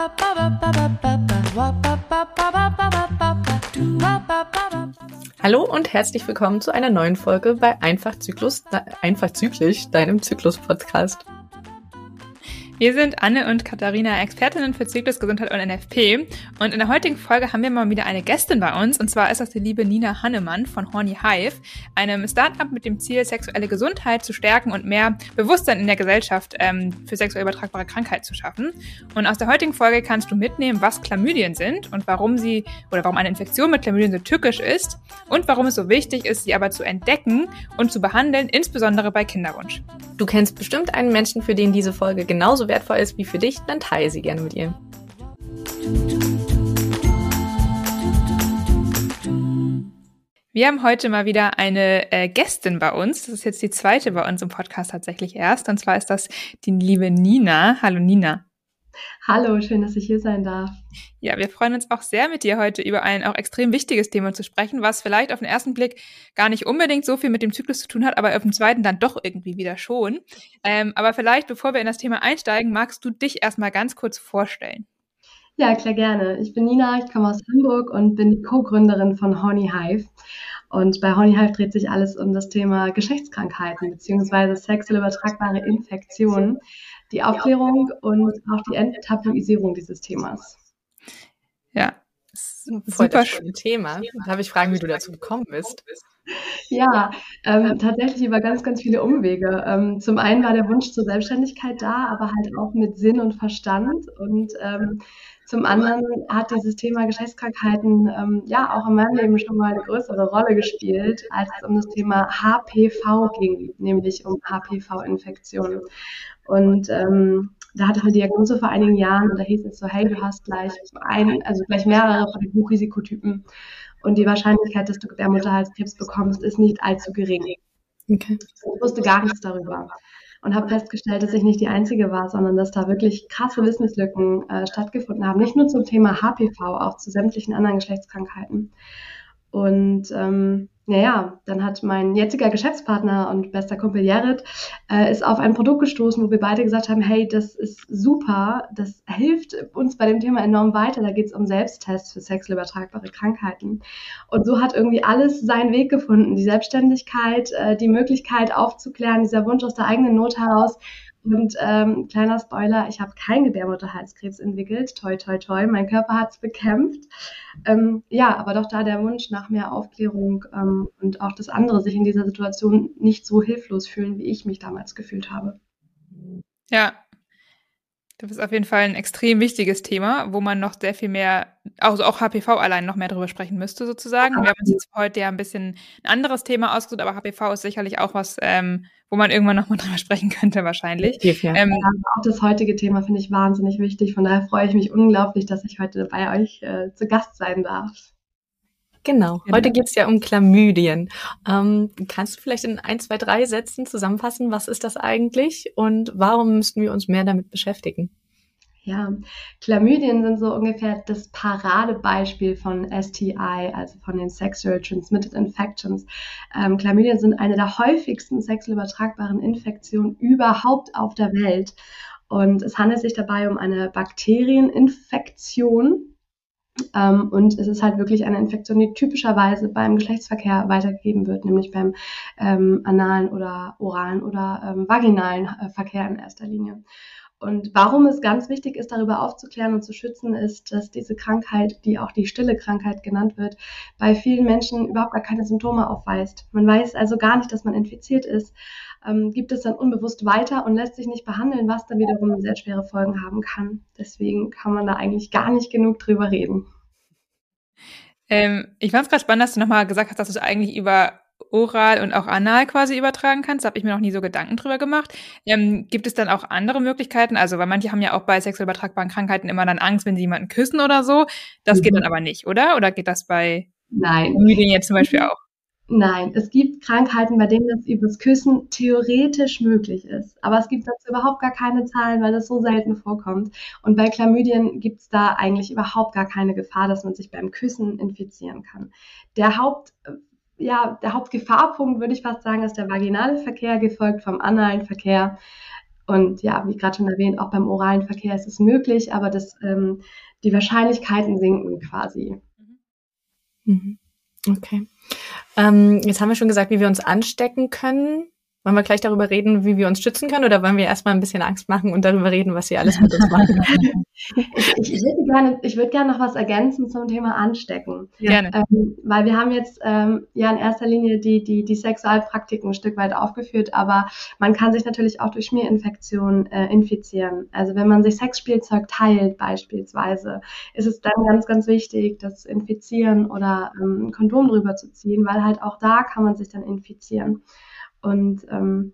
Hallo und herzlich willkommen zu einer neuen Folge bei Einfach Zyklisch, deinem Zyklus-Podcast. Wir sind Anne und Katharina, Expertinnen für Zyklus, Gesundheit und NFP. Und in der heutigen Folge haben wir mal wieder eine Gästin bei uns. Und zwar ist das die liebe Nina Hannemann von Horny Hive, einem Startup mit dem Ziel, sexuelle Gesundheit zu stärken und mehr Bewusstsein in der Gesellschaft für sexuell übertragbare Krankheiten zu schaffen. Und aus der heutigen Folge kannst du mitnehmen, was Chlamydien sind und warum eine Infektion mit Chlamydien so tückisch ist und warum es so wichtig ist, sie aber zu entdecken und zu behandeln, insbesondere bei Kinderwunsch. Du kennst bestimmt einen Menschen, für den diese Folge genauso wertvoll ist wie für dich, dann teile sie gerne mit ihr. Wir haben heute mal wieder eine Gästin bei uns. Das ist jetzt die zweite bei uns im Podcast tatsächlich erst. Und zwar ist das die liebe Nina. Hallo Nina. Hallo, schön, dass ich hier sein darf. Ja, wir freuen uns auch sehr, mit dir heute über ein auch extrem wichtiges Thema zu sprechen, was vielleicht auf den ersten Blick gar nicht unbedingt so viel mit dem Zyklus zu tun hat, aber auf den zweiten dann doch irgendwie wieder schon. Aber vielleicht, bevor wir in das Thema einsteigen, magst du dich erstmal ganz kurz vorstellen? Ja, klar, gerne. Ich bin Nina, ich komme aus Hamburg und bin die Co-Gründerin von Horny Hive. Und bei Horny Hive dreht sich alles um das Thema Geschlechtskrankheiten bzw. sexuell übertragbare Infektionen, die Aufklärung und auch die Enttabuisierung dieses Themas. Ja, super schönes Thema. Darf ich fragen, wie du dazu gekommen bist? Ja, tatsächlich über ganz, ganz viele Umwege. Zum einen war der Wunsch zur Selbstständigkeit da, aber halt auch mit Sinn und Verstand. Und zum anderen hat dieses Thema Geschlechtskrankheiten auch in meinem Leben schon mal eine größere Rolle gespielt, als es um das Thema HPV ging, nämlich um HPV-Infektionen. Und da hatte ich eine Diagnose vor einigen Jahren und da hieß es so, hey, du hast gleich mehrere von den Hochrisikotypen und die Wahrscheinlichkeit, dass du Gebärmutterhalskrebs bekommst, ist nicht allzu gering. Okay. Ich wusste gar nichts darüber und habe festgestellt, dass ich nicht die Einzige war, sondern dass da wirklich krasse Wissenslücken stattgefunden haben, nicht nur zum Thema HPV, auch zu sämtlichen anderen Geschlechtskrankheiten. Und dann hat mein jetziger Geschäftspartner und bester Kumpel Jared ist auf ein Produkt gestoßen, wo wir beide gesagt haben, hey, das ist super, das hilft uns bei dem Thema enorm weiter, da geht es um Selbsttests für sexuell übertragbare Krankheiten. Und so hat irgendwie alles seinen Weg gefunden, die Selbstständigkeit, die Möglichkeit aufzuklären, dieser Wunsch aus der eigenen Not heraus. Und kleiner Spoiler, ich habe keinen Gebärmutterhalskrebs entwickelt, toi toi toi, mein Körper hat es bekämpft. Aber doch da der Wunsch nach mehr Aufklärung und auch das andere, sich in dieser Situation nicht so hilflos fühlen, wie ich mich damals gefühlt habe. Ja, das ist auf jeden Fall ein extrem wichtiges Thema, wo man noch sehr viel mehr, also auch HPV allein noch mehr drüber sprechen müsste sozusagen. Wir haben uns jetzt heute ja ein bisschen ein anderes Thema ausgesucht, aber HPV ist sicherlich auch was, wo man irgendwann nochmal drüber sprechen könnte wahrscheinlich. Auch das heutige Thema finde ich wahnsinnig wichtig, von daher freue ich mich unglaublich, dass ich heute bei euch zu Gast sein darf. Genau, heute geht es ja um Chlamydien. Kannst du vielleicht in 1, 2, 3 Sätzen zusammenfassen, was ist das eigentlich und warum müssten wir uns mehr damit beschäftigen? Ja, Chlamydien sind so ungefähr das Paradebeispiel von STI, also von den Sexual Transmitted Infections. Chlamydien sind eine der häufigsten sexuell übertragbaren Infektionen überhaupt auf der Welt. Und es handelt sich dabei um eine Bakterieninfektion. Und es ist halt wirklich eine Infektion, die typischerweise beim Geschlechtsverkehr weitergegeben wird, nämlich beim analen oder oralen oder vaginalen Verkehr in erster Linie. Und warum es ganz wichtig ist, darüber aufzuklären und zu schützen, ist, dass diese Krankheit, die auch die stille Krankheit genannt wird, bei vielen Menschen überhaupt gar keine Symptome aufweist. Man weiß also gar nicht, dass man infiziert ist, gibt es dann unbewusst weiter und lässt sich nicht behandeln, was dann wiederum sehr schwere Folgen haben kann. Deswegen kann man da eigentlich gar nicht genug drüber reden. Ich fand es gerade spannend, dass du nochmal gesagt hast, dass du es eigentlich über oral und auch anal quasi übertragen kannst. Da habe ich mir noch nie so Gedanken drüber gemacht. Gibt es dann auch andere Möglichkeiten? Also, weil manche haben ja auch bei sexuell übertragbaren Krankheiten immer dann Angst, wenn sie jemanden küssen oder so. Das geht dann aber nicht, oder? Oder geht das bei Chlamydien jetzt zum Beispiel auch? Nein, es gibt Krankheiten, bei denen das übers Küssen theoretisch möglich ist. Aber es gibt dazu überhaupt gar keine Zahlen, weil das so selten vorkommt. Und bei Chlamydien gibt es da eigentlich überhaupt gar keine Gefahr, dass man sich beim Küssen infizieren kann. Der Hauptgefahrpunkt, würde ich fast sagen, ist der vaginale Verkehr, gefolgt vom analen Verkehr. Und ja, wie gerade schon erwähnt, auch beim oralen Verkehr ist es möglich, aber die Wahrscheinlichkeiten sinken quasi. Mhm. Okay. Jetzt haben wir schon gesagt, wie wir uns anstecken können. Wollen wir gleich darüber reden, wie wir uns schützen können, oder wollen wir erstmal ein bisschen Angst machen und darüber reden, was sie alles mit uns machen? Ich würde gerne noch was ergänzen zum Thema Anstecken. Gerne. Weil wir haben jetzt ja in erster Linie die Sexualpraktiken ein Stück weit aufgeführt, aber man kann sich natürlich auch durch Schmierinfektionen infizieren. Also wenn man sich Sexspielzeug teilt beispielsweise, ist es dann ganz, ganz wichtig, das Infizieren oder ein Kondom drüber zu ziehen, weil halt auch da kann man sich dann infizieren. Und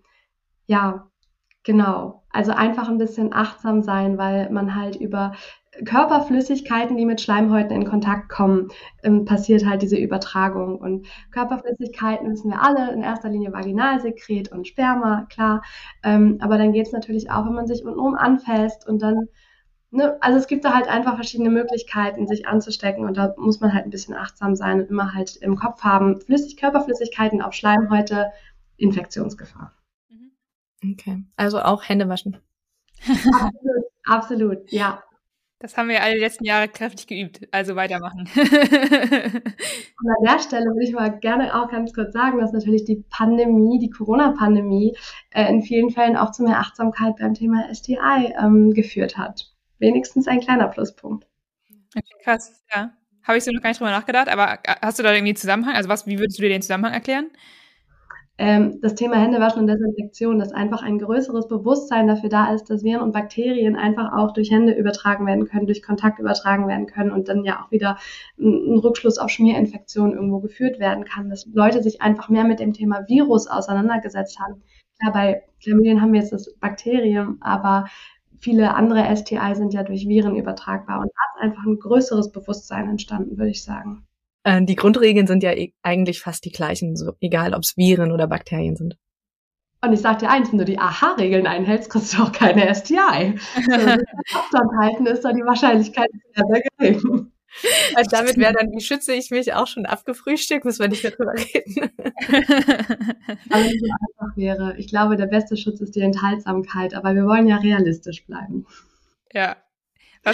ja, genau. Also einfach ein bisschen achtsam sein, weil man halt über Körperflüssigkeiten, die mit Schleimhäuten in Kontakt kommen, passiert halt diese Übertragung. Und Körperflüssigkeiten wissen wir alle, in erster Linie Vaginalsekret und Sperma, klar. Aber dann geht es natürlich auch, wenn man sich untenrum anfasst und dann, ne, also es gibt da halt einfach verschiedene Möglichkeiten, sich anzustecken und da muss man halt ein bisschen achtsam sein und immer halt im Kopf haben, Körperflüssigkeiten auf Schleimhäute, Infektionsgefahr. Okay, also auch Hände waschen. Absolut, ja. Das haben wir alle die letzten Jahre kräftig geübt, also weitermachen. Und an der Stelle würde ich mal gerne auch ganz kurz sagen, dass natürlich die Corona-Pandemie in vielen Fällen auch zu mehr Achtsamkeit beim Thema STI geführt hat. Wenigstens ein kleiner Pluspunkt. Okay, krass, ja. Habe ich so noch gar nicht drüber nachgedacht, aber hast du da irgendwie einen Zusammenhang? Also wie würdest du dir den Zusammenhang erklären? Das Thema Händewaschen und Desinfektion, dass einfach ein größeres Bewusstsein dafür da ist, dass Viren und Bakterien einfach auch durch Hände übertragen werden können, durch Kontakt übertragen werden können und dann ja auch wieder ein Rückschluss auf Schmierinfektionen irgendwo geführt werden kann, dass Leute sich einfach mehr mit dem Thema Virus auseinandergesetzt haben. Klar, bei Chlamydien haben wir jetzt das Bakterium, aber viele andere STI sind ja durch Viren übertragbar und da ist einfach ein größeres Bewusstsein entstanden, würde ich sagen. Die Grundregeln sind ja eigentlich fast die gleichen, so, egal ob es Viren oder Bakterien sind. Und ich sag dir eins, wenn du die AHA-Regeln einhältst, kriegst du auch keine STI. Abstand halten ist da die Wahrscheinlichkeit sehr, sehr gering. Also damit wäre dann, wie schütze ich mich, auch schon abgefrühstückt, müssen wir nicht mehr drüber reden. Aber wenn es so einfach wäre, ich glaube, der beste Schutz ist die Enthaltsamkeit, aber wir wollen ja realistisch bleiben. Ja. Was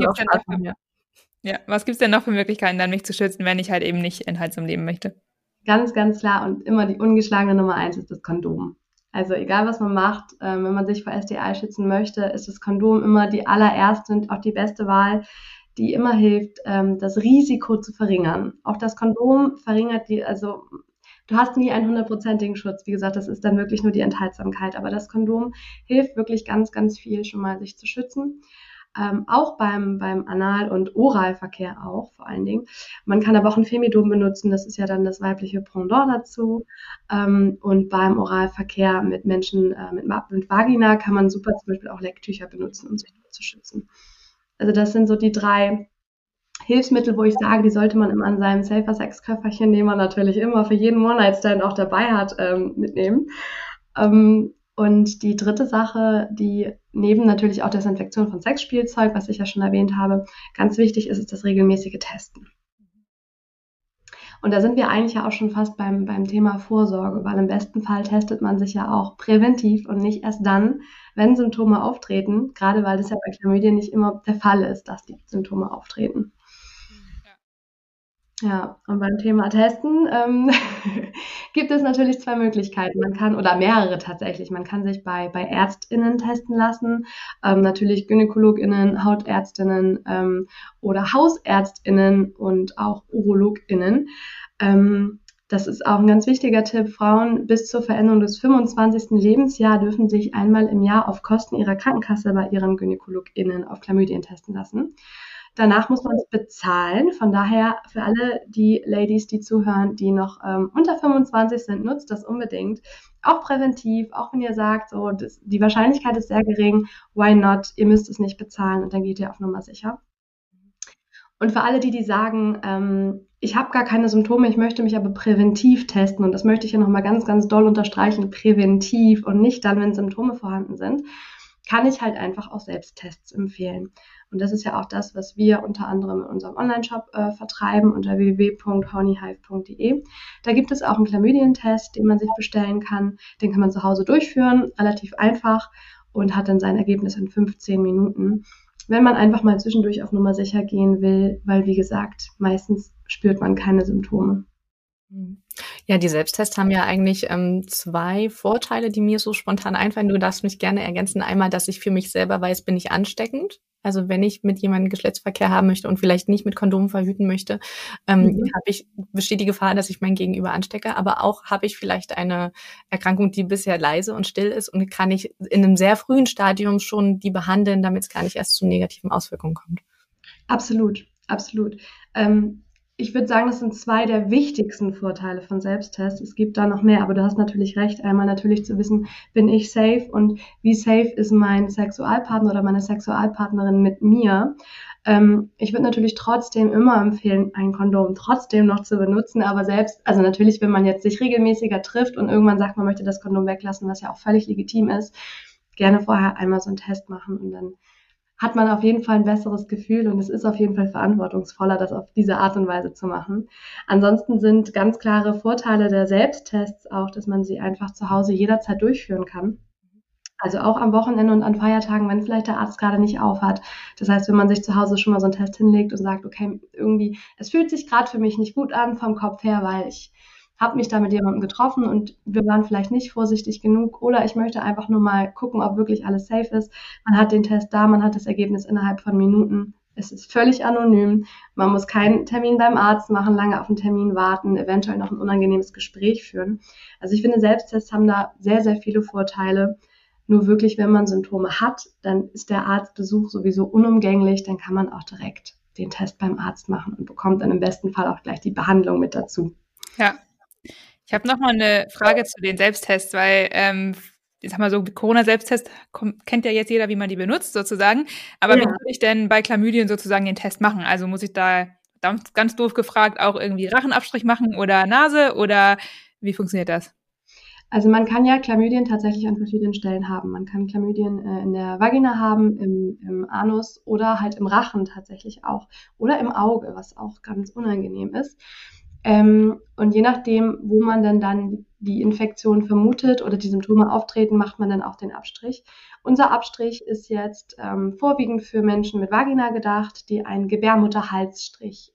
gibt's denn noch für Möglichkeiten, dann mich zu schützen, wenn ich halt eben nicht enthaltsam leben möchte? Ganz, ganz klar und immer die ungeschlagene Nummer 1 ist das Kondom. Also egal, was man macht, wenn man sich vor STI schützen möchte, ist das Kondom immer die allererste und auch die beste Wahl, die immer hilft, das Risiko zu verringern. Auch das Kondom verringert also du hast nie einen 100%igen Schutz. Wie gesagt, das ist dann wirklich nur die Enthaltsamkeit. Aber das Kondom hilft wirklich ganz, ganz viel schon mal, sich zu schützen. Auch beim Anal- und Oralverkehr auch vor allen Dingen. Man kann aber auch ein Femidom benutzen, das ist ja dann das weibliche Pendant dazu. Und beim Oralverkehr mit Menschen mit Vagina kann man super zum Beispiel auch Lecktücher benutzen, um sich zu schützen. Also das sind so die 3 Hilfsmittel, wo ich sage, die sollte man immer an seinem Safer-Sex-Köfferchen, den man natürlich immer für jeden One-Night-Stand auch dabei hat, mitnehmen. Und die dritte Sache, die neben natürlich auch Desinfektion von Sexspielzeug, was ich ja schon erwähnt habe, ganz wichtig ist das regelmäßige Testen. Und da sind wir eigentlich ja auch schon fast beim Thema Vorsorge, weil im besten Fall testet man sich ja auch präventiv und nicht erst dann, wenn Symptome auftreten, gerade weil das ja bei Chlamydien nicht immer der Fall ist, dass die Symptome auftreten. Ja, und beim Thema Testen gibt es natürlich 2 Möglichkeiten. Man kann, oder mehrere tatsächlich, man kann sich bei ÄrztInnen testen lassen, natürlich GynäkologInnen, HautärztInnen oder HausärztInnen und auch UrologInnen. Das ist auch ein ganz wichtiger Tipp. Frauen bis zur Veränderung des 25. Lebensjahr dürfen sich einmal im Jahr auf Kosten ihrer Krankenkasse bei ihren GynäkologInnen auf Chlamydien testen lassen. Danach muss man es bezahlen. Von daher für alle die Ladies, die zuhören, die noch unter 25 sind, nutzt das unbedingt. Auch präventiv, auch wenn ihr sagt, so die Wahrscheinlichkeit ist sehr gering, why not? Ihr müsst es nicht bezahlen und dann geht ihr auf Nummer sicher. Und für alle die sagen, ich habe gar keine Symptome, ich möchte mich aber präventiv testen und das möchte ich ja nochmal ganz, ganz doll unterstreichen, präventiv und nicht dann, wenn Symptome vorhanden sind, kann ich halt einfach auch Selbsttests empfehlen. Und das ist ja auch das, was wir unter anderem in unserem Online-Shop vertreiben unter www.hornyhive.de. Da gibt es auch einen Chlamydien-Test, den man sich bestellen kann. Den kann man zu Hause durchführen, relativ einfach. und hat dann sein Ergebnis in 15 Minuten. Wenn man einfach mal zwischendurch auf Nummer sicher gehen will, weil wie gesagt, meistens spürt man keine Symptome. Ja, die Selbsttests haben ja eigentlich 2 Vorteile, die mir so spontan einfallen. Du darfst mich gerne ergänzen. Einmal, dass ich für mich selber weiß, bin ich ansteckend. Also wenn ich mit jemandem Geschlechtsverkehr haben möchte und vielleicht nicht mit Kondom verhüten möchte, besteht die Gefahr, dass ich mein Gegenüber anstecke. Aber auch habe ich vielleicht eine Erkrankung, die bisher leise und still ist und kann ich in einem sehr frühen Stadium schon die behandeln, damit es gar nicht erst zu negativen Auswirkungen kommt. Absolut, absolut. Ich würde sagen, das sind 2 der wichtigsten Vorteile von Selbsttests. Es gibt da noch mehr, aber du hast natürlich recht. Einmal natürlich zu wissen, bin ich safe und wie safe ist mein Sexualpartner oder meine Sexualpartnerin mit mir. Ich würde natürlich trotzdem immer empfehlen, ein Kondom trotzdem noch zu benutzen, aber also natürlich, wenn man jetzt sich regelmäßiger trifft und irgendwann sagt, man möchte das Kondom weglassen, was ja auch völlig legitim ist, gerne vorher einmal so einen Test machen und dann hat man auf jeden Fall ein besseres Gefühl und es ist auf jeden Fall verantwortungsvoller, das auf diese Art und Weise zu machen. Ansonsten sind ganz klare Vorteile der Selbsttests auch, dass man sie einfach zu Hause jederzeit durchführen kann. Also auch am Wochenende und an Feiertagen, wenn vielleicht der Arzt gerade nicht auf hat. Das heißt, wenn man sich zu Hause schon mal so einen Test hinlegt und sagt, okay, irgendwie, es fühlt sich gerade für mich nicht gut an vom Kopf her, weil ich habe mich da mit jemandem getroffen und wir waren vielleicht nicht vorsichtig genug oder ich möchte einfach nur mal gucken, ob wirklich alles safe ist. Man hat den Test da, man hat das Ergebnis innerhalb von Minuten. Es ist völlig anonym. Man muss keinen Termin beim Arzt machen, lange auf einen Termin warten, eventuell noch ein unangenehmes Gespräch führen. Also ich finde, Selbsttests haben da sehr, sehr viele Vorteile. Nur wirklich, wenn man Symptome hat, dann ist der Arztbesuch sowieso unumgänglich. Dann kann man auch direkt den Test beim Arzt machen und bekommt dann im besten Fall auch gleich die Behandlung mit dazu. Ja. Ich habe noch mal eine Frage zu den Selbsttests, weil ich sag mal so, Corona-Selbsttest kennt ja jetzt jeder, wie man die benutzt sozusagen. Aber wie soll ich denn bei Chlamydien sozusagen den Test machen? Also muss ich da ganz doof gefragt auch irgendwie Rachenabstrich machen oder Nase oder wie funktioniert das? Also man kann ja Chlamydien tatsächlich an verschiedenen Stellen haben. Man kann Chlamydien in der Vagina haben, im Anus oder halt im Rachen tatsächlich auch oder im Auge, was auch ganz unangenehm ist. Und je nachdem, wo man denn dann die Infektion vermutet oder die Symptome auftreten, macht man dann auch den Abstrich. Unser Abstrich ist jetzt vorwiegend für Menschen mit Vagina gedacht, die einen Gebärmutterhalsstrich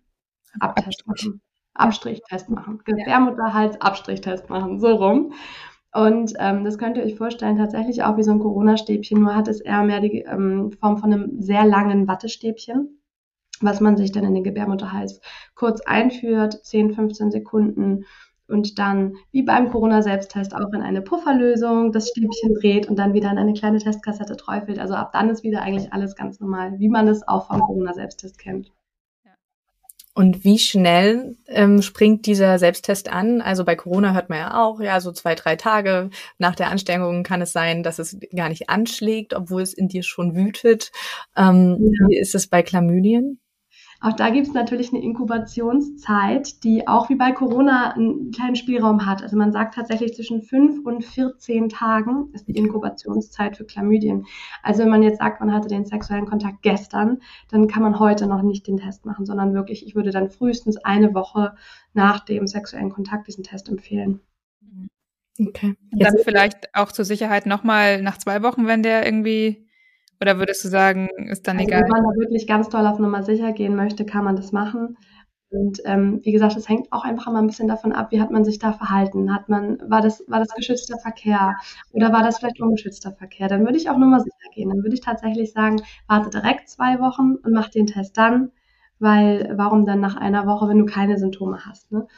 Abstrichtest machen. Gebärmutterhals-Abstrichtest machen, so rum. Und das könnt ihr euch vorstellen, tatsächlich auch wie so ein Corona-Stäbchen, nur hat es eher mehr die Form von einem sehr langen Wattestäbchen, was man sich dann in den Gebärmutterhals kurz einführt, 10, 15 Sekunden und dann wie beim Corona-Selbsttest auch in eine Pufferlösung das Stäbchen dreht und dann wieder in eine kleine Testkassette träufelt. Also ab dann ist wieder eigentlich alles ganz normal, wie man es auch vom Corona-Selbsttest kennt. Und wie schnell springt dieser Selbsttest an? Also bei Corona hört man ja auch, ja, so 2, 3 Tage nach der Ansteckung kann es sein, dass es gar nicht anschlägt, obwohl es in dir schon wütet. Wie ist es bei Chlamydien? Auch da gibt es natürlich eine Inkubationszeit, die auch wie bei Corona einen kleinen Spielraum hat. Also man sagt tatsächlich zwischen 5 und 14 Tagen ist die Inkubationszeit für Chlamydien. Also wenn man jetzt sagt, man hatte den sexuellen Kontakt gestern, dann kann man heute noch nicht den Test machen, sondern wirklich, ich würde dann frühestens eine Woche nach dem sexuellen Kontakt diesen Test empfehlen. Okay. Und dann vielleicht auch zur Sicherheit nochmal nach 2 Wochen, wenn der irgendwie... Oder würdest du sagen, ist dann egal? Wenn man da wirklich ganz doll auf Nummer sicher gehen möchte, kann man das machen. Und wie gesagt, es hängt auch einfach immer ein bisschen davon ab, wie hat man sich da verhalten. War das geschützter Verkehr oder war das vielleicht ungeschützter Verkehr? Dann würde ich auf Nummer sicher gehen. Dann würde ich tatsächlich sagen, warte direkt 2 Wochen und mach den Test dann, weil warum dann nach einer Woche, wenn du keine Symptome hast? Ne?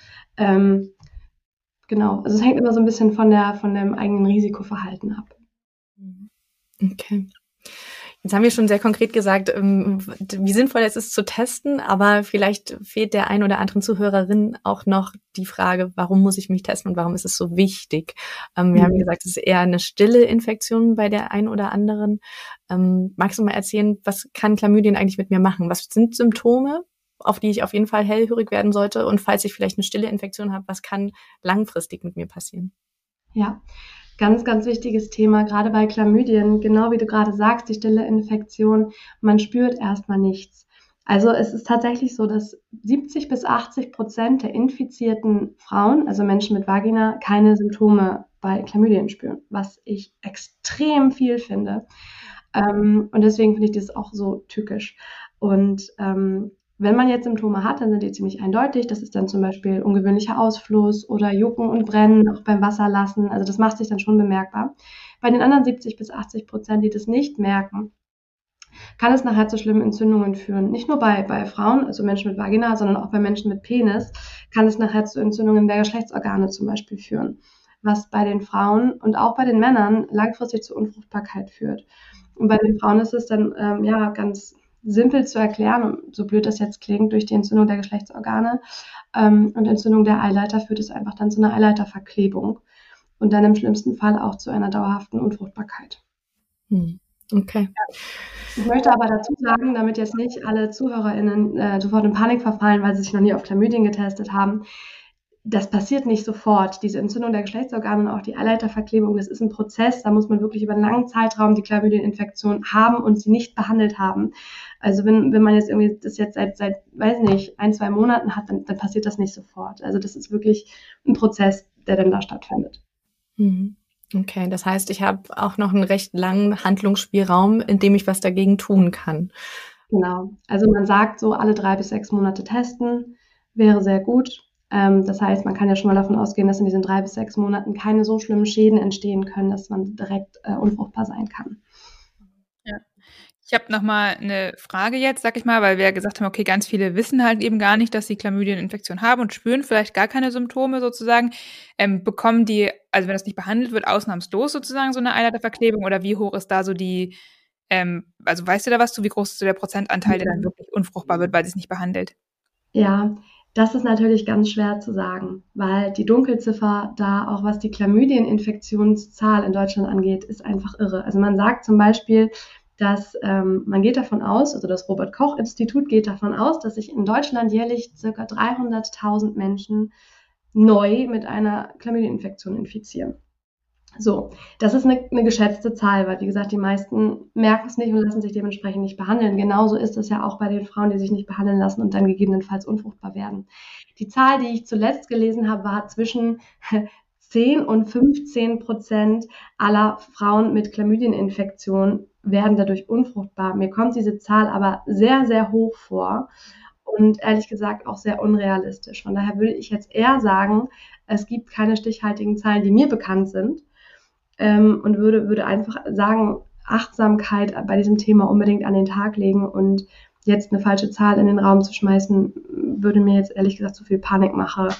Genau, also es hängt immer so ein bisschen von dem eigenen Risikoverhalten ab. Okay. Jetzt haben wir schon sehr konkret gesagt, wie sinnvoll es ist zu testen, aber vielleicht fehlt der ein oder anderen Zuhörerin auch noch die Frage, warum muss ich mich testen und warum ist es so wichtig? Wir haben gesagt, es ist eher eine stille Infektion bei der einen oder anderen. Magst du mal erzählen, was kann Chlamydien eigentlich mit mir machen? Was sind Symptome, auf die ich auf jeden Fall hellhörig werden sollte? Und falls ich vielleicht eine stille Infektion habe, was kann langfristig mit mir passieren? Ja. Ganz, ganz wichtiges Thema, gerade bei Chlamydien, genau wie du gerade sagst, die stille Infektion, man spürt erstmal nichts. Also es ist tatsächlich so, dass 70-80% der infizierten Frauen, also Menschen mit Vagina, keine Symptome bei Chlamydien spüren, was ich extrem viel finde. Und deswegen finde ich das auch so tückisch. Und wenn man jetzt Symptome hat, dann sind die ziemlich eindeutig. Das ist dann zum Beispiel ungewöhnlicher Ausfluss oder Jucken und Brennen, auch beim Wasserlassen. Also das macht sich dann schon bemerkbar. Bei den anderen 70-80%, die das nicht merken, kann es nachher zu schlimmen Entzündungen führen. Nicht nur bei Frauen, also Menschen mit Vagina, sondern auch bei Menschen mit Penis, kann es nachher zu Entzündungen der Geschlechtsorgane zum Beispiel führen, was bei den Frauen und auch bei den Männern langfristig zu Unfruchtbarkeit führt. Und bei den Frauen ist es dann ganz simpel zu erklären, so blöd das jetzt klingt, durch die Entzündung der Geschlechtsorgane und Entzündung der Eileiter führt es einfach dann zu einer Eileiterverklebung und dann im schlimmsten Fall auch zu einer dauerhaften Unfruchtbarkeit. Okay. Ich möchte aber dazu sagen, damit jetzt nicht alle ZuhörerInnen sofort in Panik verfallen, weil sie sich noch nie auf Chlamydien getestet haben, das passiert nicht sofort. Diese Entzündung der Geschlechtsorgane und auch die Eileiterverklebung, das ist ein Prozess, da muss man wirklich über einen langen Zeitraum die Chlamydieninfektion haben und sie nicht behandelt haben. Also wenn man jetzt irgendwie das jetzt seit weiß nicht, 1-2 Monaten hat, dann passiert das nicht sofort. Also das ist wirklich ein Prozess, der dann da stattfindet. Okay, das heißt, ich habe auch noch einen recht langen Handlungsspielraum, in dem ich was dagegen tun kann. Genau. Also man sagt so, alle 3 bis 6 Monate testen wäre sehr gut. Das heißt, man kann ja schon mal davon ausgehen, dass in diesen 3 bis 6 Monaten keine so schlimmen Schäden entstehen können, dass man direkt unfruchtbar sein kann. Ja. Ich habe nochmal eine Frage jetzt, sag ich mal, weil wir ja gesagt haben, okay, ganz viele wissen halt eben gar nicht, dass sie Chlamydieninfektion haben und spüren vielleicht gar keine Symptome sozusagen. Bekommen die, also wenn das nicht behandelt wird, ausnahmslos sozusagen so eine Eileiterverklebung oder wie hoch ist da so die, also weißt du da was zu, wie groß ist so der Prozentanteil, der dann wirklich unfruchtbar wird, weil sie es nicht behandelt? Ja, das ist natürlich ganz schwer zu sagen, weil die Dunkelziffer da, auch was die Chlamydieninfektionszahl in Deutschland angeht, ist einfach irre. Also man sagt zum Beispiel, dass man geht davon aus, also das Robert-Koch-Institut geht davon aus, dass sich in Deutschland jährlich ca. 300.000 Menschen neu mit einer Chlamydieninfektion infizieren. So, das ist eine geschätzte Zahl, weil wie gesagt, die meisten merken es nicht und lassen sich dementsprechend nicht behandeln. Genauso ist es ja auch bei den Frauen, die sich nicht behandeln lassen und dann gegebenenfalls unfruchtbar werden. Die Zahl, die ich zuletzt gelesen habe, war zwischen 10 und 15% aller Frauen mit Chlamydieninfektion werden dadurch unfruchtbar. Mir kommt diese Zahl aber sehr, sehr hoch vor und ehrlich gesagt auch sehr unrealistisch. Von daher würde ich jetzt eher sagen, es gibt keine stichhaltigen Zahlen, die mir bekannt sind. Und würde einfach sagen, Achtsamkeit bei diesem Thema unbedingt an den Tag legen und jetzt eine falsche Zahl in den Raum zu schmeißen, würde mir jetzt ehrlich gesagt zu viel Panikmache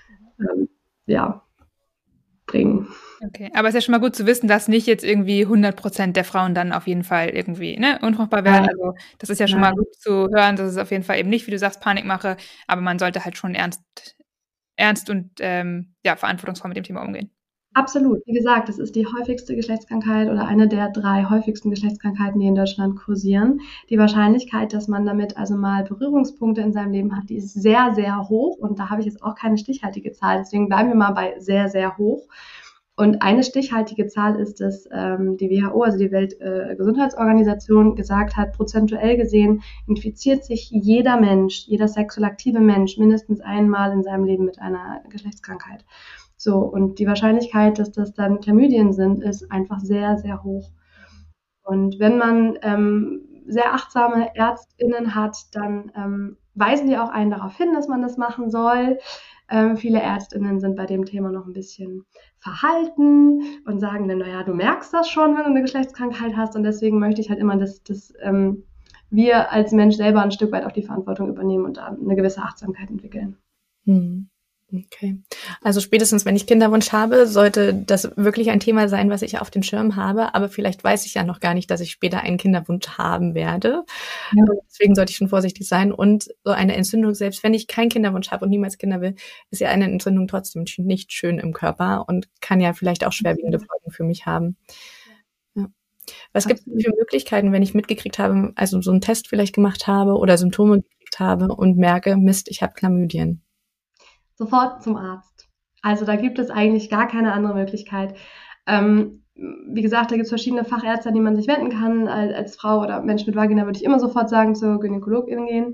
bringen. Okay, aber es ist ja schon mal gut zu wissen, dass nicht jetzt irgendwie 100% der Frauen dann auf jeden Fall irgendwie unfruchtbar werden. Nein. Also das ist ja schon mal gut zu hören, dass es auf jeden Fall eben nicht, wie du sagst, Panikmache, aber man sollte halt schon ernst und verantwortungsvoll mit dem Thema umgehen. Absolut. Wie gesagt, es ist die häufigste Geschlechtskrankheit oder eine der 3 häufigsten Geschlechtskrankheiten, die in Deutschland kursieren. Die Wahrscheinlichkeit, dass man damit also mal Berührungspunkte in seinem Leben hat, die ist sehr, sehr hoch. Und da habe ich jetzt auch keine stichhaltige Zahl. Deswegen bleiben wir mal bei sehr, sehr hoch. Und eine stichhaltige Zahl ist, dass die WHO, also die Weltgesundheitsorganisation, gesagt hat, prozentuell gesehen infiziert sich jeder Mensch, jeder sexuell aktive Mensch mindestens einmal in seinem Leben mit einer Geschlechtskrankheit. So, und die Wahrscheinlichkeit, dass das dann Chlamydien sind, ist einfach sehr, sehr hoch. Und wenn man sehr achtsame ÄrztInnen hat, dann weisen die auch einen darauf hin, dass man das machen soll. Viele ÄrztInnen sind bei dem Thema noch ein bisschen verhalten und sagen dann, naja, du merkst das schon, wenn du eine Geschlechtskrankheit hast. Und deswegen möchte ich halt immer, dass wir als Mensch selber ein Stück weit auch die Verantwortung übernehmen und da eine gewisse Achtsamkeit entwickeln. Okay. Also spätestens, wenn ich Kinderwunsch habe, sollte das wirklich ein Thema sein, was ich auf dem Schirm habe. Aber vielleicht weiß ich ja noch gar nicht, dass ich später einen Kinderwunsch haben werde. Ja. Deswegen sollte ich schon vorsichtig sein. Und so eine Entzündung, selbst wenn ich keinen Kinderwunsch habe und niemals Kinder will, ist ja eine Entzündung trotzdem nicht schön im Körper und kann ja vielleicht auch schwerwiegende Folgen für mich haben. Ja. Was gibt es für Möglichkeiten, wenn ich mitgekriegt habe, also so einen Test vielleicht gemacht habe oder Symptome gekriegt habe und merke, Mist, ich habe Chlamydien? Sofort zum Arzt. Also da gibt es eigentlich gar keine andere Möglichkeit. wie gesagt, da gibt es verschiedene Fachärzte, an die man sich wenden kann. Als Frau oder Mensch mit Vagina würde ich immer sofort sagen, zur Gynäkologin gehen.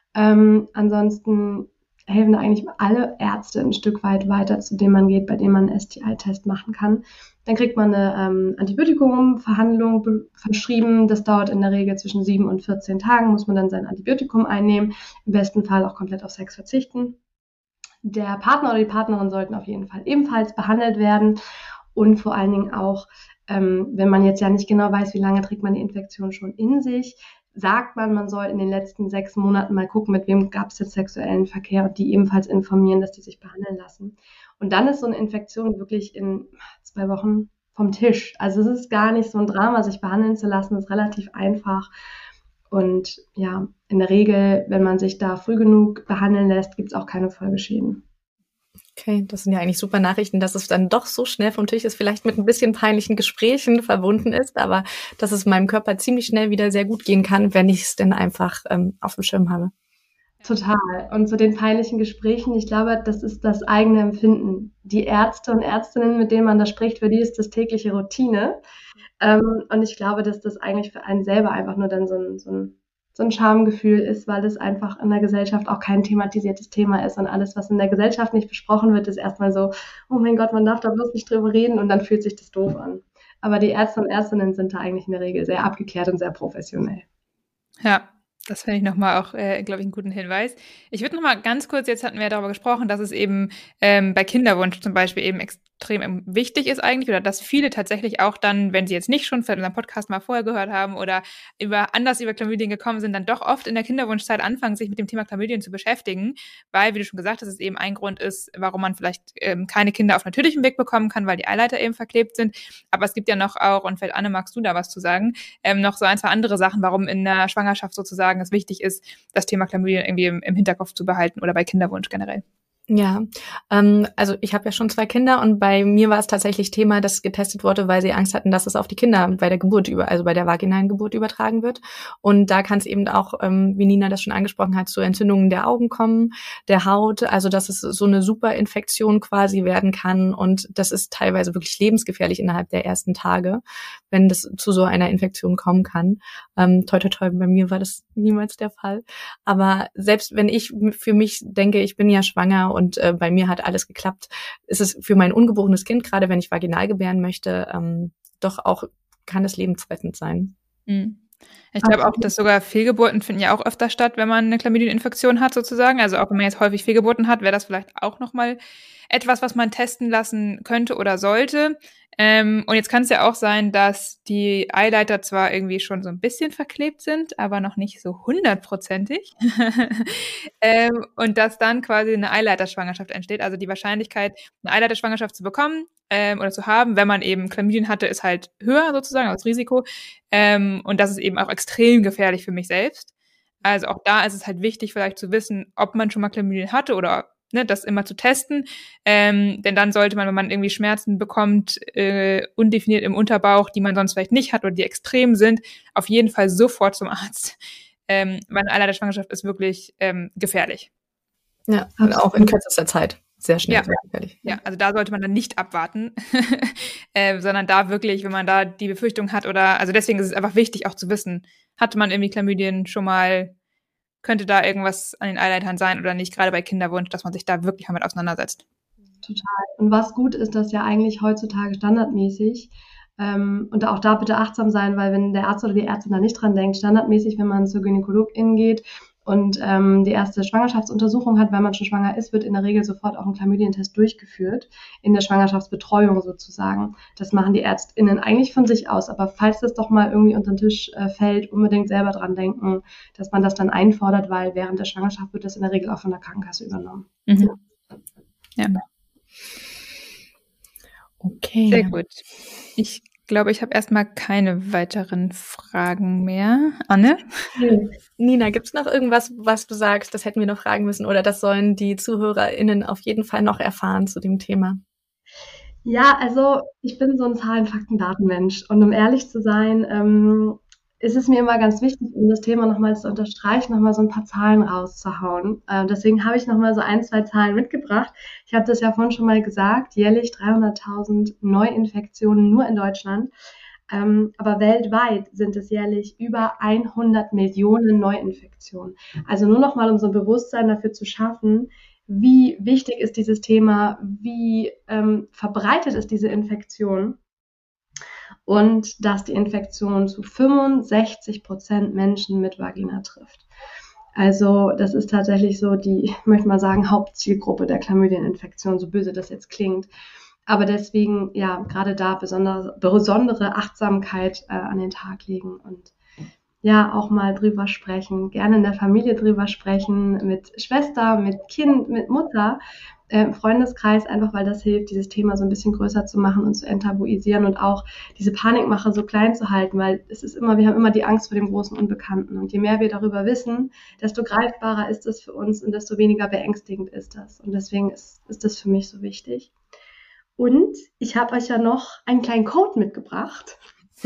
Ansonsten helfen da eigentlich alle Ärzte ein Stück weit weiter, zu denen man geht, bei denen man einen STI-Test machen kann. Dann kriegt man eine Antibiotikumverhandlung verschrieben. Das dauert in der Regel zwischen 7 und 14 Tagen, muss man dann sein Antibiotikum einnehmen. Im besten Fall auch komplett auf Sex verzichten. Der Partner oder die Partnerin sollten auf jeden Fall ebenfalls behandelt werden. Und vor allen Dingen auch, wenn man jetzt ja nicht genau weiß, wie lange trägt man die Infektion schon in sich, sagt man soll in den letzten 6 Monaten mal gucken, mit wem gab es jetzt sexuellen Verkehr und die ebenfalls informieren, dass die sich behandeln lassen. Und dann ist so eine Infektion wirklich in 2 Wochen vom Tisch. Also es ist gar nicht so ein Drama, sich behandeln zu lassen, ist relativ einfach. Und ja, in der Regel, wenn man sich da früh genug behandeln lässt, gibt es auch keine Folgeschäden. Okay, das sind ja eigentlich super Nachrichten, dass es dann doch so schnell vom Tisch ist, vielleicht mit ein bisschen peinlichen Gesprächen verbunden ist, aber dass es meinem Körper ziemlich schnell wieder sehr gut gehen kann, wenn ich es denn einfach auf dem Schirm habe. Total. Und zu den peinlichen Gesprächen, ich glaube, das ist das eigene Empfinden. Die Ärzte und Ärztinnen, mit denen man da spricht, für die ist das tägliche Routine. Und ich glaube, dass das eigentlich für einen selber einfach nur dann so ein Schamgefühl ist, weil es einfach in der Gesellschaft auch kein thematisiertes Thema ist und alles, was in der Gesellschaft nicht besprochen wird, ist erstmal so, oh mein Gott, man darf da bloß nicht drüber reden und dann fühlt sich das doof an. Aber die Ärzte und Ärztinnen sind da eigentlich in der Regel sehr abgeklärt und sehr professionell. Ja, das finde ich nochmal auch, glaube ich, einen guten Hinweis. Ich würde nochmal ganz kurz, jetzt hatten wir ja darüber gesprochen, dass es eben bei Kinderwunsch zum Beispiel eben extrem wichtig ist eigentlich, oder dass viele tatsächlich auch dann, wenn sie jetzt nicht schon vielleicht unseren Podcast mal vorher gehört haben oder über Chlamydien gekommen sind, dann doch oft in der Kinderwunschzeit anfangen, sich mit dem Thema Chlamydien zu beschäftigen, weil, wie du schon gesagt hast, es eben ein Grund ist, warum man vielleicht keine Kinder auf natürlichem Weg bekommen kann, weil die Eileiter eben verklebt sind. Aber es gibt ja noch auch, und vielleicht Anne, magst du da was zu sagen, noch so ein, zwei andere Sachen, warum in der Schwangerschaft sozusagen es wichtig ist, das Thema Chlamydien irgendwie im Hinterkopf zu behalten oder bei Kinderwunsch generell. Ja, also ich habe ja schon 2 Kinder und bei mir war es tatsächlich Thema, dass getestet wurde, weil sie Angst hatten, dass es auf die Kinder bei der Geburt also bei der vaginalen Geburt übertragen wird. Und da kann es eben auch, wie Nina das schon angesprochen hat, zu Entzündungen der Augen kommen, der Haut, also dass es so eine Superinfektion quasi werden kann und das ist teilweise wirklich lebensgefährlich innerhalb der ersten Tage, wenn das zu so einer Infektion kommen kann. Toi, toi, toi, bei mir war das niemals der Fall. Aber selbst wenn ich für mich denke, ich bin ja schwanger und bei mir hat alles geklappt, ist es für mein ungeborenes Kind, gerade wenn ich vaginal gebären möchte, doch auch, kann es lebensrettend sein. Ich glaube auch, dass sogar Fehlgeburten finden ja auch öfter statt, wenn man eine Chlamydieninfektion hat sozusagen. Also auch wenn man jetzt häufig Fehlgeburten hat, wäre das vielleicht auch nochmal etwas, was man testen lassen könnte oder sollte. Und jetzt kann es ja auch sein, dass die Eileiter zwar irgendwie schon so ein bisschen verklebt sind, aber noch nicht so 100%ig. Und dass dann quasi eine Eileiterschwangerschaft entsteht. Also die Wahrscheinlichkeit, eine Eileiterschwangerschaft zu bekommen oder zu haben, wenn man eben Chlamydien hatte, ist halt höher sozusagen als Risiko. Und das ist eben auch extrem gefährlich für mich selbst. Also auch da ist es halt wichtig, vielleicht zu wissen, ob man schon mal Chlamydien hatte oder das immer zu testen. Denn dann sollte man, wenn man irgendwie Schmerzen bekommt, undefiniert im Unterbauch, die man sonst vielleicht nicht hat oder die extrem sind, auf jeden Fall sofort zum Arzt. Weil eine Eileiterschwangerschaft ist wirklich gefährlich. Ja, und auch in kürzester Zeit. Sehr schnell, sehr gefährlich. Ja, also da sollte man dann nicht abwarten, sondern da wirklich, wenn man da die Befürchtung hat oder, also deswegen ist es einfach wichtig auch zu wissen, hatte man irgendwie Chlamydien schon mal, könnte da irgendwas an den Eileitern sein oder nicht, gerade bei Kinderwunsch, dass man sich da wirklich mal mit auseinandersetzt. Total. Und was gut ist, dass ja eigentlich heutzutage standardmäßig, und auch da bitte achtsam sein, weil wenn der Arzt oder die Ärztin da nicht dran denkt, standardmäßig, wenn man zur Gynäkologin geht und die erste Schwangerschaftsuntersuchung hat, weil man schon schwanger ist, wird in der Regel sofort auch ein Chlamydientest durchgeführt, in der Schwangerschaftsbetreuung sozusagen. Das machen die ÄrztInnen eigentlich von sich aus, aber falls das doch mal irgendwie unter den Tisch fällt, unbedingt selber dran denken, dass man das dann einfordert, weil während der Schwangerschaft wird das in der Regel auch von der Krankenkasse übernommen. Mhm. Ja. Okay. Sehr gut. Ich glaube, ich habe erstmal keine weiteren Fragen mehr. Anne? Nina, gibt's noch irgendwas, was du sagst, das hätten wir noch fragen müssen oder das sollen die ZuhörerInnen auf jeden Fall noch erfahren zu dem Thema? Ja, also ich bin so ein Zahlen, Fakten, Datenmensch und um ehrlich zu sein, ist es mir immer ganz wichtig, um das Thema nochmal zu unterstreichen, nochmal so ein paar Zahlen rauszuhauen. Deswegen habe ich nochmal so 1, 2 Zahlen mitgebracht. Ich habe das ja vorhin schon mal gesagt, jährlich 300.000 Neuinfektionen nur in Deutschland. Aber weltweit sind es jährlich über 100 Millionen Neuinfektionen. Also nur nochmal, um so ein Bewusstsein dafür zu schaffen, wie wichtig ist dieses Thema, wie verbreitet ist diese Infektion. Und dass die Infektion zu 65% Menschen mit Vagina trifft. Also das ist tatsächlich so die, ich möchte mal sagen, Hauptzielgruppe der Chlamydieninfektion, so böse das jetzt klingt. Aber deswegen, ja, gerade da besondere Achtsamkeit an den Tag legen und ja, auch mal drüber sprechen, gerne in der Familie drüber sprechen, mit Schwester, mit Kind, mit Mutter, im Freundeskreis, einfach weil das hilft, dieses Thema so ein bisschen größer zu machen und zu enttabuisieren und auch diese Panikmache so klein zu halten, weil wir haben immer die Angst vor dem großen Unbekannten. Und je mehr wir darüber wissen, desto greifbarer ist es für uns und desto weniger beängstigend ist das. Und deswegen ist das für mich so wichtig. Und ich habe euch ja noch einen kleinen Code mitgebracht.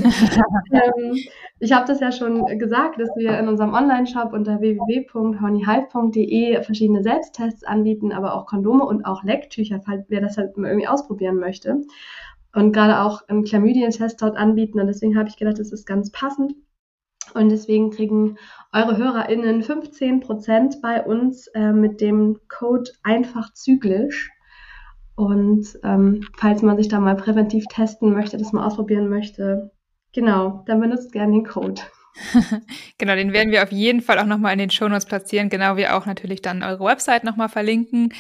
Ich habe das ja schon gesagt, dass wir in unserem Online-Shop unter www.hornyhive.de verschiedene Selbsttests anbieten, aber auch Kondome und auch Lecktücher, falls wer das halt irgendwie ausprobieren möchte. Und gerade auch einen Chlamydien-Test dort anbieten. Und deswegen habe ich gedacht, das ist ganz passend. Und deswegen kriegen eure HörerInnen 15% bei uns mit dem Code einfach zyklisch. Und falls man sich da mal präventiv testen möchte, das mal ausprobieren möchte, genau, dann benutzt gerne den Code. Genau, den werden wir auf jeden Fall auch nochmal in den Shownotes platzieren, genau wie auch natürlich dann eure Website nochmal verlinken.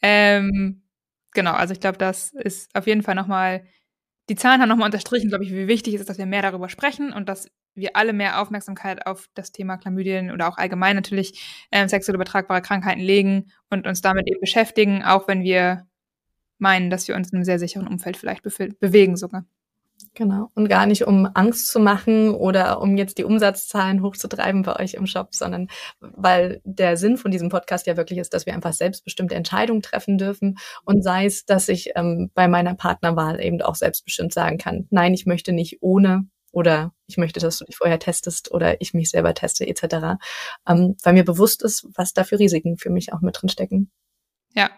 Genau, also ich glaube, das ist auf jeden Fall nochmal, die Zahlen haben nochmal unterstrichen, glaube ich, wie wichtig es ist, dass wir mehr darüber sprechen und dass wir alle mehr Aufmerksamkeit auf das Thema Chlamydien oder auch allgemein natürlich sexuell übertragbare Krankheiten legen und uns damit eben beschäftigen, auch wenn wir meinen, dass wir uns in einem sehr sicheren Umfeld vielleicht bewegen sogar. Genau. Und gar nicht, um Angst zu machen oder um jetzt die Umsatzzahlen hochzutreiben bei euch im Shop, sondern weil der Sinn von diesem Podcast ja wirklich ist, dass wir einfach selbstbestimmte Entscheidungen treffen dürfen. Und sei es, dass ich bei meiner Partnerwahl eben auch selbstbestimmt sagen kann, nein, ich möchte nicht ohne oder ich möchte, dass du dich vorher testest oder ich mich selber teste etc. Weil mir bewusst ist, was da für Risiken für mich auch mit drin stecken. Ja.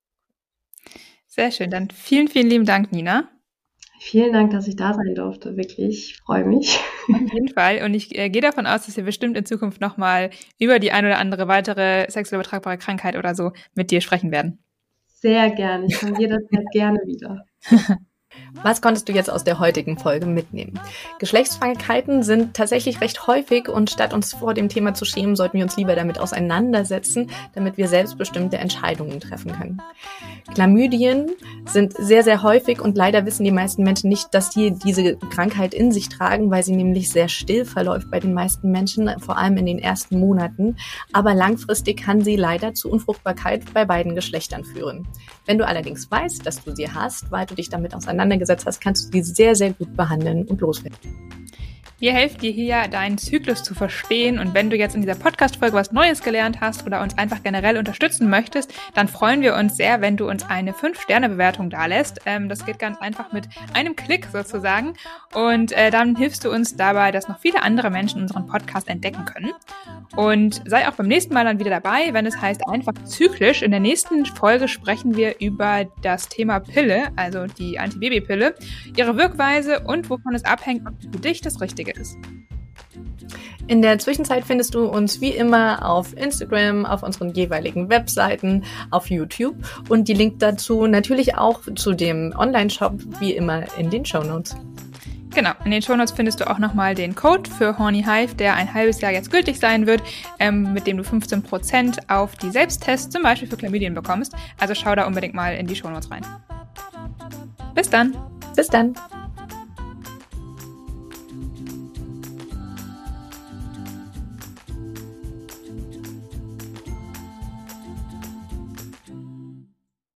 Sehr schön. Dann vielen, vielen lieben Dank, Nina. Vielen Dank, dass ich da sein durfte. Wirklich, ich freue mich. Auf jeden Fall. Und ich gehe davon aus, dass wir bestimmt in Zukunft nochmal über die ein oder andere weitere sexuell übertragbare Krankheit oder so mit dir sprechen werden. Sehr gerne. Ich komme jederzeit gerne wieder. Was konntest du jetzt aus der heutigen Folge mitnehmen? Geschlechtskrankheiten sind tatsächlich recht häufig und statt uns vor dem Thema zu schämen, sollten wir uns lieber damit auseinandersetzen, damit wir selbstbestimmte Entscheidungen treffen können. Chlamydien sind sehr, sehr häufig und leider wissen die meisten Menschen nicht, dass die diese Krankheit in sich tragen, weil sie nämlich sehr still verläuft bei den meisten Menschen, vor allem in den ersten Monaten. Aber langfristig kann sie leider zu Unfruchtbarkeit bei beiden Geschlechtern führen. Wenn du allerdings weißt, dass du sie hast, weil du dich damit auseinandergesetzt hast, kannst du sie sehr, sehr gut behandeln und loswerden. Wir helfen dir hier, deinen Zyklus zu verstehen. Und wenn du jetzt in dieser Podcast-Folge was Neues gelernt hast oder uns einfach generell unterstützen möchtest, dann freuen wir uns sehr, wenn du uns eine 5-Sterne-Bewertung dalässt. Das geht ganz einfach mit einem Klick sozusagen. Und dann hilfst du uns dabei, dass noch viele andere Menschen unseren Podcast entdecken können. Und sei auch beim nächsten Mal dann wieder dabei, wenn es heißt einfach zyklisch. In der nächsten Folge sprechen wir über das Thema Pille, also die Antibabypille, ihre Wirkweise und wovon es abhängt, ob für dich das Richtige ist. In der Zwischenzeit findest du uns wie immer auf Instagram, auf unseren jeweiligen Webseiten, auf YouTube und die Link dazu natürlich auch zu dem Online-Shop wie immer in den Shownotes. Genau, in den Shownotes findest du auch nochmal den Code für Horny Hive, der ein halbes Jahr jetzt gültig sein wird, mit dem du 15% auf die Selbsttests, zum Beispiel für Chlamydien, bekommst. Also schau da unbedingt mal in die Shownotes rein. Bis dann! Bis dann!